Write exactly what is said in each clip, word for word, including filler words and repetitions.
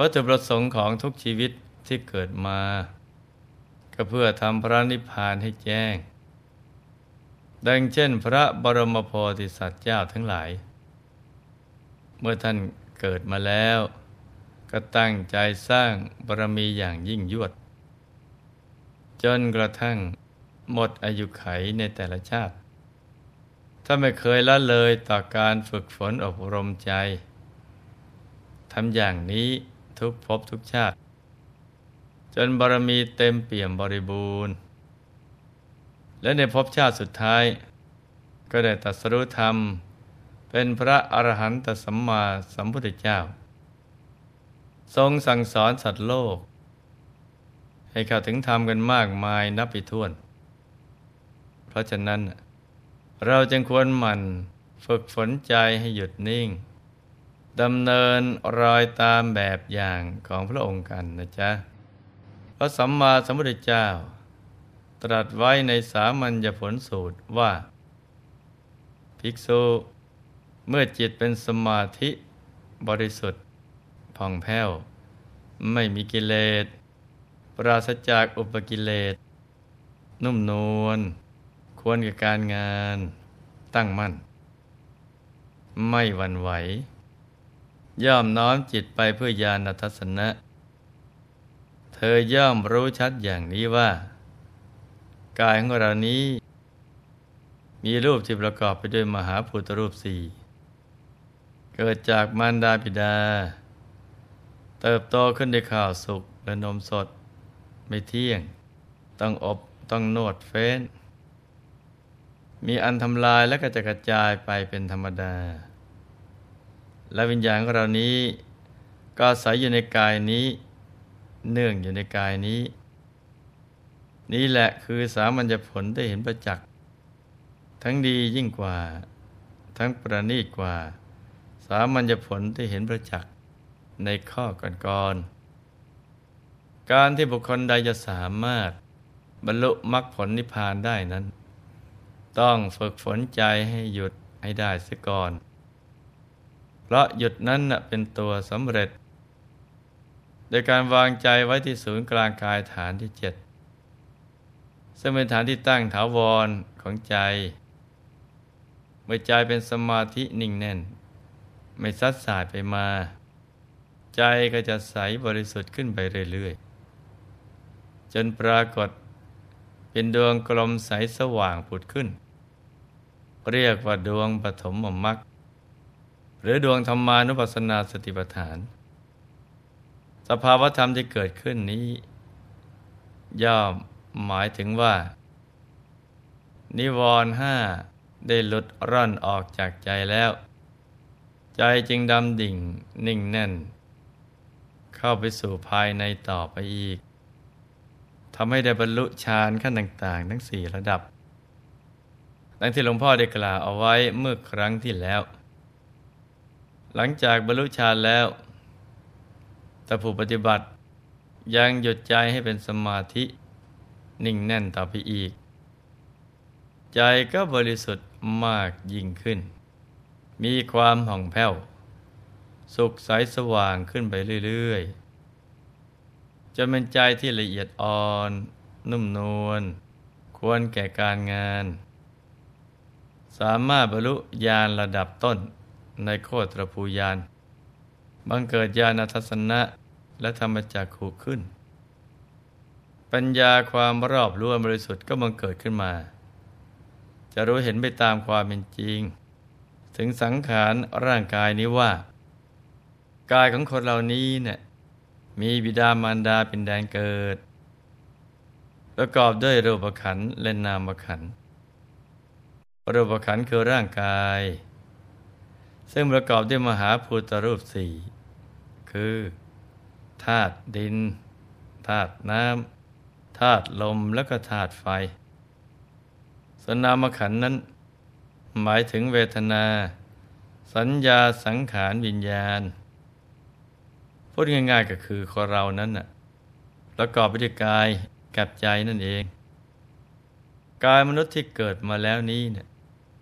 วัตถุประสงค์ของทุกชีวิตที่เกิดมาก็เพื่อทำพระนิพพานให้แจ้งดังเช่นพระบรมโพธิสัตว์เจ้าทั้งหลายเมื่อท่านเกิดมาแล้วก็ตั้งใจสร้างบารมีอย่างยิ่งยวดจนกระทั่งหมดอายุไขในแต่ละชาติถ้าไม่เคยละเลยต่อการฝึกฝนอบรมใจทำอย่างนี้ทุกภพทุกชาติจนบารมีเต็มเปี่ยมบริบูรณ์และในภพชาติสุดท้ายก็ได้ตรัสรู้ธรรมเป็นพระอรหันตสัมมาสัมพุทธเจ้าทรงสั่งสอนสัตว์โลกให้เข้าถึงธรรมกันมากมายนับไม่ถ้วนเพราะฉะนั้นเราจึงควรหมั่นฝึกฝนใจให้หยุดนิ่งดำเนินรอยตามแบบอย่างของพระองค์กันนะจ๊ะพระสัมมาสัมพุทธเจ้าตรัสไว้ในสามัญญผลสูตรว่าภิกษุเมื่อจิตเป็นสมาธิบริสุทธิ์ผ่องแผ้วไม่มีกิเลสปราศจากอุปกิเลสนุ่มนวลควรกับการงานตั้งมั่นไม่หวั่นไหวย่อมน้อมจิตไปเพื่อญาณทัศนะเธอย่อมรู้ชัดอย่างนี้ว่ากายของเรานี้มีรูปที่ประกอบไปด้วยมหาภูตรูปสี่เกิดจากมารดาบิดาเติบโตขึ้นด้วยข้าวสุกและนมสดไม่เที่ยงต้องอบต้องนวดเฟ้นมีอันทำลายและกระจัดกระจายไปเป็นธรรมดาและวิญญาณของเรานี้ก็อาศัยอยู่ในกายนี้เนื่องอยู่ในกายนี้นี่แหละคือสามัญญผลได้เห็นประจักษ์ทั้งดียิ่งกว่าทั้งประณีตกว่าสามัญญผลที่เห็นประจักษ์ในข้อก่อนๆการที่บุคคลใดจะสามารถบรรลุมรรคผลนิพพานได้นั้นต้องฝึกฝนใจให้หยุดให้ได้เสียก่อนเพราะหยุดนั้นเป็นตัวสำเร็จโดยการวางใจไว้ที่ศูนย์กลางกายฐานที่เจ็ดซึ่งเป็นฐานที่ตั้งถาวรของใจเมื่อใจเป็นสมาธินิ่งแน่นไม่ซัดสายไปมาใจก็จะใสบริสุทธิ์ขึ้นไปเรื่อยๆจนปรากฏเป็นดวงกลมใสสว่างผุดขึ้นเรียกว่าดวงปฐมมรรคหรือดวงธรรมานุปัสสนาสติปัฏฐานสภาวธรรมที่เกิดขึ้นนี้ย่อมหมายถึงว่านิวรณ์ห้าได้หลุดร่อนออกจากใจแล้วใจจึงดำดิ่งนิ่งแน่นเข้าไปสู่ภายในต่อไปอีกทำให้ได้บรรลุฌานขั้นต่างๆทั้งสี่ระดับดังที่หลวงพ่อได้กล่าวเอาไว้เมื่อครั้งที่แล้วหลังจากบรรลุฌานแล้วแต่ผู้ปฏิบัติยังหยุดใจให้เป็นสมาธินิ่งแน่นต่อไปอีกใจก็บริสุทธิ์มากยิ่งขึ้นมีความผ่องแผ้วสุขใสสว่างขึ้นไปเรื่อยๆจนเป็นใจที่ละเอียดอ่อนนุ่มนวลควรแก่การงานสามารถบรรลุญาณระดับต้นในโคตรภูญาณบังเกิดญาณทัศนะและธรรมจักขุขึ้นปัญญาความรอบรู้บริสุทธิ์ก็บังเกิดขึ้นมาจะรู้เห็นไปตามความเป็นจริงถึงสังขารร่างกายนี้ว่ากายของคนเหล่านี้เนี่ยมีบิดามารดาเป็นแดนเกิดประกอบด้วยรูปขันธ์และนามขันธ์รูปขันธ์คือร่างกายซึ่งประกอบด้วยมหาภูตรูปสี่คือธาตุดินธาตุน้ำธาตุลมและก็ธาตุไฟส่วนนามขันธ์นั้นหมายถึงเวทนาสัญญาสังขารวิญญาณพูดง่ายๆก็คือคนเรานั้นน่ะประกอบไปด้วยกายกับใจนั่นเองกายมนุษย์ที่เกิดมาแล้วนี้เนี่ย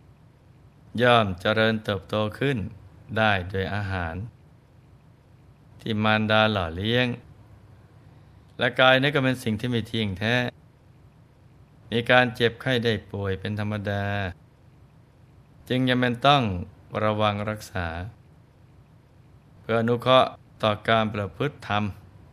ย่อมเจริญเติบโตขึ้นได้โดยอาหารที่มารดาหล่อเลี้ยงและกายนี้ก็เป็นสิ่งที่ไม่เที่ยงแท้มีการเจ็บไข้ได้ป่วยเป็นธรรมดาจึงยังเป็นต้องระวังรักษาเพื่ออนุเคราะห์ต่อการประพฤติธรรม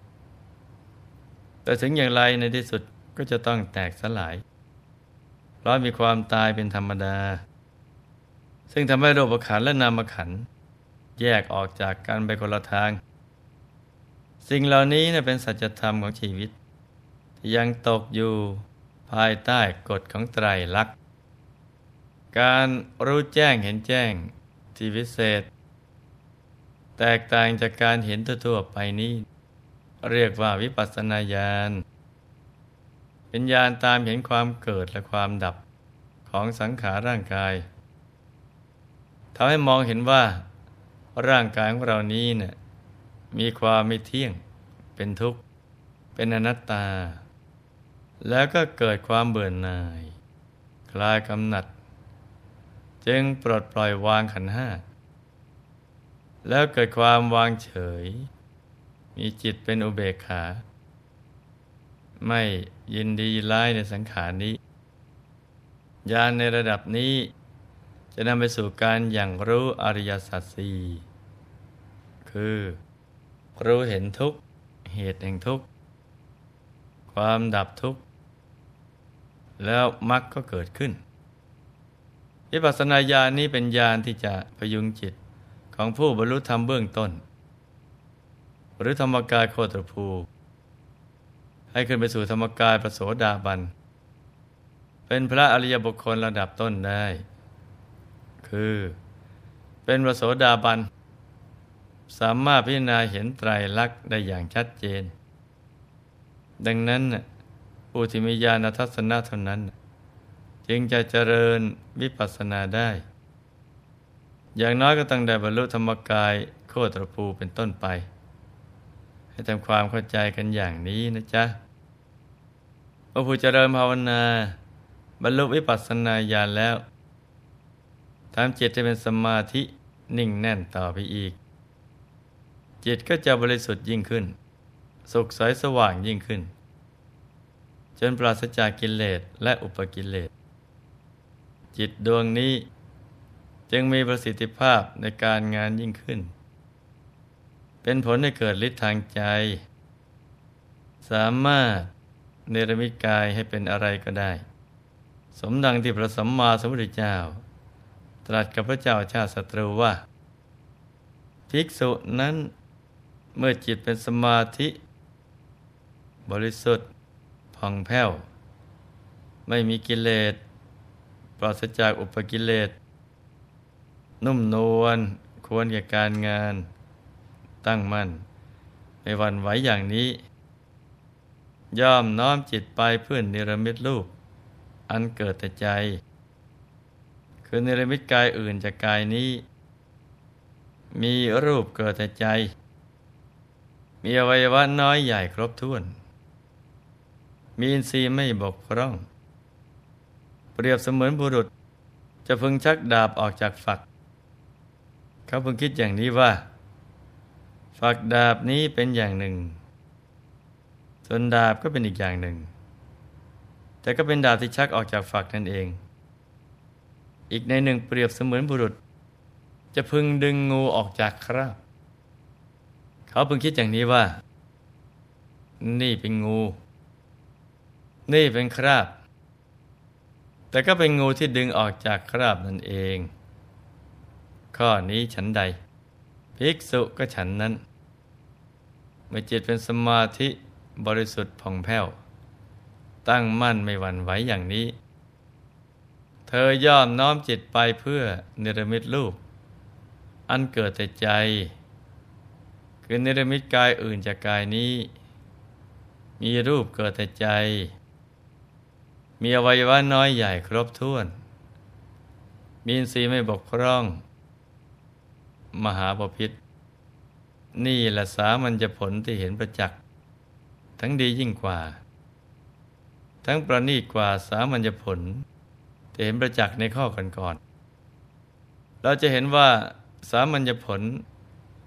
แต่ถึงอย่างไรในที่สุดก็จะต้องแตกสลายเพราะมีความตายเป็นธรรมดาซึ่งทำให้รูปขันธ์และนามขันธ์แยกออกจากกันไปคนละทางสิ่งเหล่านี้เนี่ยเป็นสัจธรรมของชีวิตที่ยังตกอยู่ภายใต้กฎของไตรลักษณ์การรู้แจ้งเห็นแจ้งที่วิเศษแตกต่างจากการเห็นทั่วๆไปนี้เรียกว่าวิปัสสนาญาณเป็นญาณตามเห็นความเกิดและความดับของสังขารร่างกายทำให้มองเห็นว่าร่างกายของเรานี้เนี่ยมีความไม่เที่ยงเป็นทุกข์เป็นอนัตตาแล้วก็เกิดความเบื่อหน่ายคลายกำหนัดจึงปลดปล่อยวางขันธ์ห้าแล้วเกิดความวางเฉยมีจิตเป็นอุเบกขาไม่ยินดีร้ายในสังขารนี้ญาณในระดับนี้จะนำไปสู่การอย่างรู้อริยสัจสี่คือรู้เห็นทุกข์เหตุแห่งทุกข์ความดับทุกข์แล้วมรรคก็เกิดขึ้นวิปัสสนาญาณนี้เป็นญาณที่จะพยุงจิตของผู้บรรลุธรรมเบื้องต้นหรือธรรมกายโคตรภูให้ขึ้นไปสู่ธรรมกายพระโสดาบันเป็นพระอริยบุคคลระดับต้นได้คือเป็นพระโสดาบันสามารถพิจารณาเห็นไตรลักษณ์ได้อย่างชัดเจนดังนั้นผู้ที่มีญาณทัศนะเท่านั้นจึงจะเจริญวิปัสสนาได้อย่างน้อยก็ต้องได้บรรลุธรรมกายโคตรภูเป็นต้นไปให้ทำความเข้าใจกันอย่างนี้นะจ๊ะเมื่อผู้เจริญภาวนาบรรลุวิปัสสนาญาณแล้วทำจิตให้เป็นสมาธินิ่งแน่นต่อไปอีกจิตก็จะบริสุทธิ์ยิ่งขึ้นสุขใสสว่างยิ่งขึ้นจนปราศจากกิเลสและอุปกิเลสจิตดวงนี้จึงมีประสิทธิภาพในการงานยิ่งขึ้นเป็นผลให้เกิดฤทธิ์ทางใจสามารถเนรมิตกายให้เป็นอะไรก็ได้สมดังที่พระสัมมาสัมพุทธเจ้าตรัสกับพระเจ้าชาติศัตรูว่าภิกษุนั้นเมื่อจิตเป็นสมาธิบริสุทธิ์ผ่องแผ้วไม่มีกิเลสปราศจากอุปกิเลสนุ่มนวลควรแก่การงานตั้งมั่นไม่หวั่นไหวอย่างนี้ย่อมน้อมจิตไปเพื่อนิรมิตรูปอันเกิดแต่ใจคือนิรมิตกายอื่นจากกายนี้มีรูปเกิดแต่ใจมีอวัยวะน้อยใหญ่ครบถ้วนมีอินทรีย์ไม่บกพร่องเปรียบเสมือนบุรุษจะพึงชักดาบออกจากฝักเขาพึงคิดอย่างนี้ว่าฝักดาบนี้เป็นอย่างหนึ่งส่วนดาบก็เป็นอีกอย่างหนึ่งแต่ก็เป็นดาบที่ชักออกจากฝักนั่นเองอีกในหนึ่งเปรียบเสมือนบุรุษจะพึงดึงงูออกจากคราบเขาพึงคิดอย่างนี้ว่านี่เป็นงูนี่เป็นคราบแต่ก็เป็นงูที่ดึงออกจากคราบนั่นเองข้อนี้ฉันใดภิกษุก็ฉันนั้นเมื่อจิตเป็นสมาธิบริสุทธิ์ผ่องแผ้วตั้งมั่นไม่หวั่นไหวอย่างนี้เธอย่อมน้อมจิตไปเพื่อเนรมิตรูปอันเกิดแต่ใจคือเนรมิตกายอื่นจากกายนี้มีรูปเกิดแต่ใจมีอวัยวะน้อยใหญ่ครบถ้วนมีอินทรีย์ไม่บกพร่องมหาบพิตรนี่แหละสามัญญผลที่เห็นประจักษ์ทั้งดียิ่งกว่าทั้งประณีตกว่าสามัญญผลที่เห็นประจักษ์ในข้อก่อนๆเราจะเห็นว่าสามัญญผล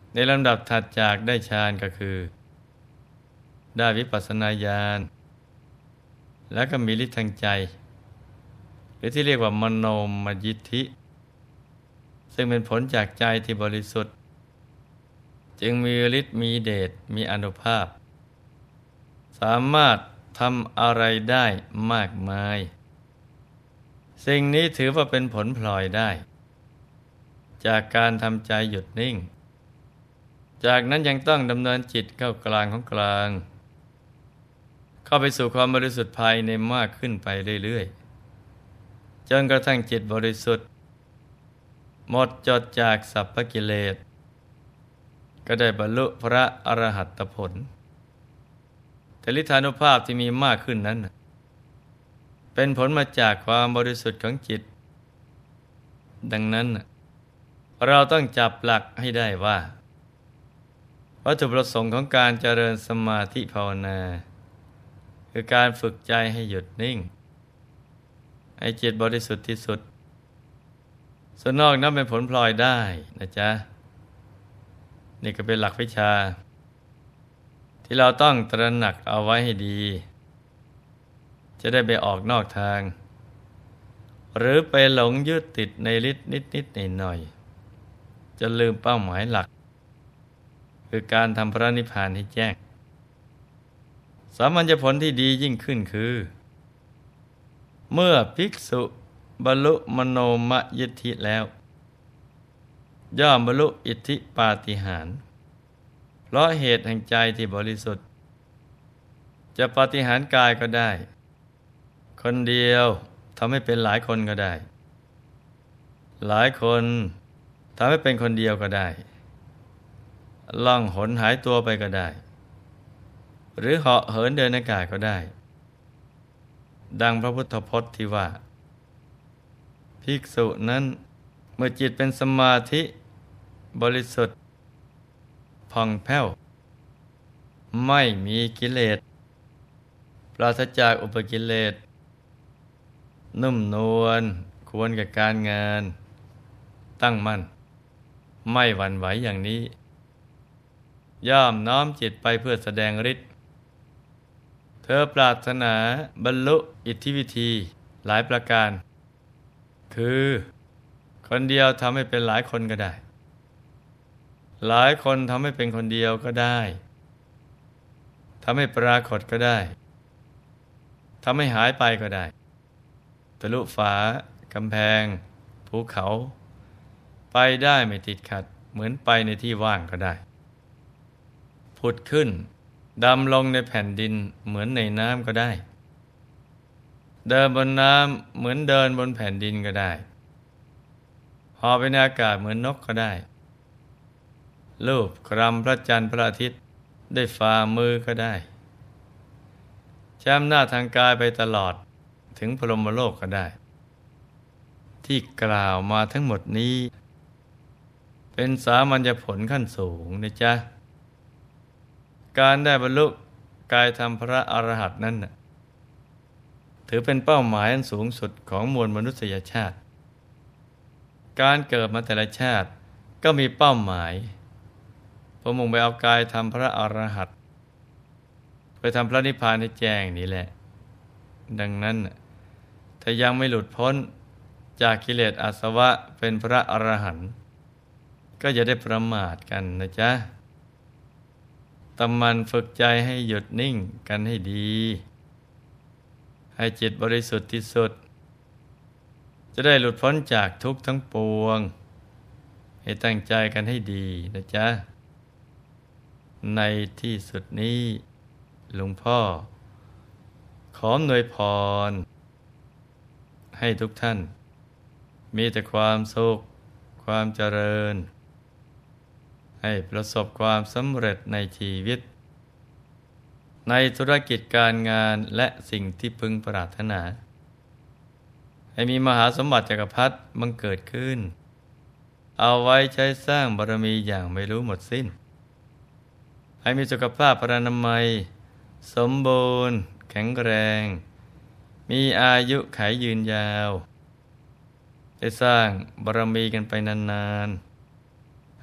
ในลำดับถัดจากได้ฌานก็คือได้วิปัสสนาญาณแล้วก็มีฤทธิ์ทางใจหรือที่เรียกว่ามโนมยิทธิซึ่งเป็นผลจากใจที่บริสุทธิ์จึงมีฤทธิ์มีเดชมีอานุภาพสามารถทำอะไรได้มากมายสิ่งนี้ถือว่าเป็นผลพลอยได้จากการทำใจหยุดนิ่งจากนั้นยังต้องดำเนินจิตเข้ากลางของกลางเข้าไปสู่ความบริสุทธิ์ภายในมากขึ้นไปเรื่อยๆจนกระทั่งจิตบริสุทธิ์หมดจดจากสัพพกิเลสก็ได้บรรลุพระอรหัตผลแต่ฤทธานุภาพที่มีมากขึ้นนั้นเป็นผลมาจากความบริสุทธิ์ของจิตดังนั้นเราต้องจับหลักให้ได้ว่าวัตถุประสงค์ของการเจริญสมาธิภาวนาคือการฝึกใจให้หยุดนิ่งให้จิตบริสุทธิ์ที่สุดส่วนนอกนั้นเป็นผลพลอยได้นะจ๊ะนี่ก็เป็นหลักวิชาที่เราต้องตระหนักเอาไว้ให้ดีจะได้ไปออกนอกทางหรือไปหลงยึดติดในฤทธิ์นิดๆหน่อยๆจะลืมเป้าหมายหลักคือการทำพระนิพพานให้แจ้งสามัญญผลที่ดียิ่งขึ้นคือเมื่อภิกษุบรรลุมโนมยิทธิแล้วย่อมบรรลุอิทธิปาฏิหาริย์เพราะเหตุแห่งใจที่บริสุทธิ์จะปาฏิหาริย์กายก็ได้คนเดียวทำให้เป็นหลายคนก็ได้หลายคนทำให้เป็นคนเดียวก็ได้ล่องหนหายตัวไปก็ได้หรือเหาะเหินเดินอากาศก็ได้ดังพระพุทธพจน์ที่ว่าภิกษุนั้นเมื่อจิตเป็นสมาธิบริสุทธิ์ผ่องแผ้วไม่มีกิเลสปราศจากอุปกิเลสนุ่มนวลควรกับการงานตั้งมั่นไม่หวั่นไหวอย่างนี้ย่อมน้อมจิตไปเพื่อแสดงฤทธิ์เธอปรารถนาบรรลุอิทธิวิธีหลายประการคือคนเดียวทำให้เป็นหลายคนก็ได้หลายคนทำให้เป็นคนเดียวก็ได้ทำให้ปรากฏก็ได้ทำให้หายไปก็ได้ทะลุฝากำแพงภูเขาไปได้ไม่ติดขัดเหมือนไปในที่ว่างก็ได้ผุดขึ้นดำลงในแผ่นดินเหมือนในน้ำก็ได้เดินบนน้ำเหมือนเดินบนแผ่นดินก็ได้เหาะไปในอากาศเหมือนนกก็ได้ลูบคลำพระจันทร์พระอาทิตย์ได้ฝ่ามือก็ได้ใช้อำนาจทางกายไปตลอดถึงพรหมโลกก็ได้ที่กล่าวมาทั้งหมดนี้เป็นสามัญญผลขั้นสูงนะจ๊ะการได้บรรลุกายธรรมพระอรหันต์นั้นน่ะถือเป็นเป้าหมายอันสูงสุดของมวลมนุษยชาติการเกิดมาแต่ละชาติก็มีเป้าหมายเพื่อมุ่งไปเอากายธรรมพระอรหันต์ไปทำพระนิพพานให้แจ้งนี่แหละดังนั้นถ้ายังไม่หลุดพ้นจากกิเลสอาสวะเป็นพระอรหันต์ก็อย่าได้ประมาทกันนะจ๊ะตำมันฝึกใจให้หยุดนิ่งกันให้ดีให้จิตบริสุทธิ์ที่สุดจะได้หลุดพ้นจากทุกข์ทั้งปวงให้ตั้งใจกันให้ดีนะจ๊ะในที่สุดนี้หลวงพ่อขออำนวยพรให้ทุกท่านมีแต่ความสุขความเจริญให้ประสบความสำเร็จในชีวิตในธุรกิจการงานและสิ่งที่พึงปรารถนาให้มีมหาสมบัติจักรพรรดิบังเกิดขึ้นเอาไว้ใช้สร้างบารมีอย่างไม่รู้หมดสิ้นให้มีสุขภาพพรรณนามัยสมบูรณ์แข็งแรงมีอายุขัยยืนยาวได้สร้างบารมีกันไปนานๆ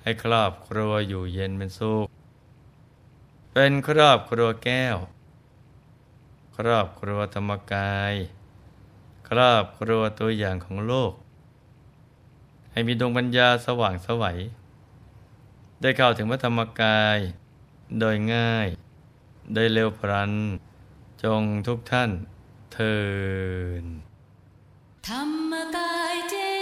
ให้ครอบครัวอยู่เย็นเป็นสุขเป็นครอบครัวแก้วครอบครัวธรรมกายครอบครัวตัวอย่างของโลกให้มีดวงปัญญาสว่างไสวได้เข้าถึงพระธรรมกายโดยง่ายโดยเร็วพลันจงทุกท่านเทินธรรมกายเจ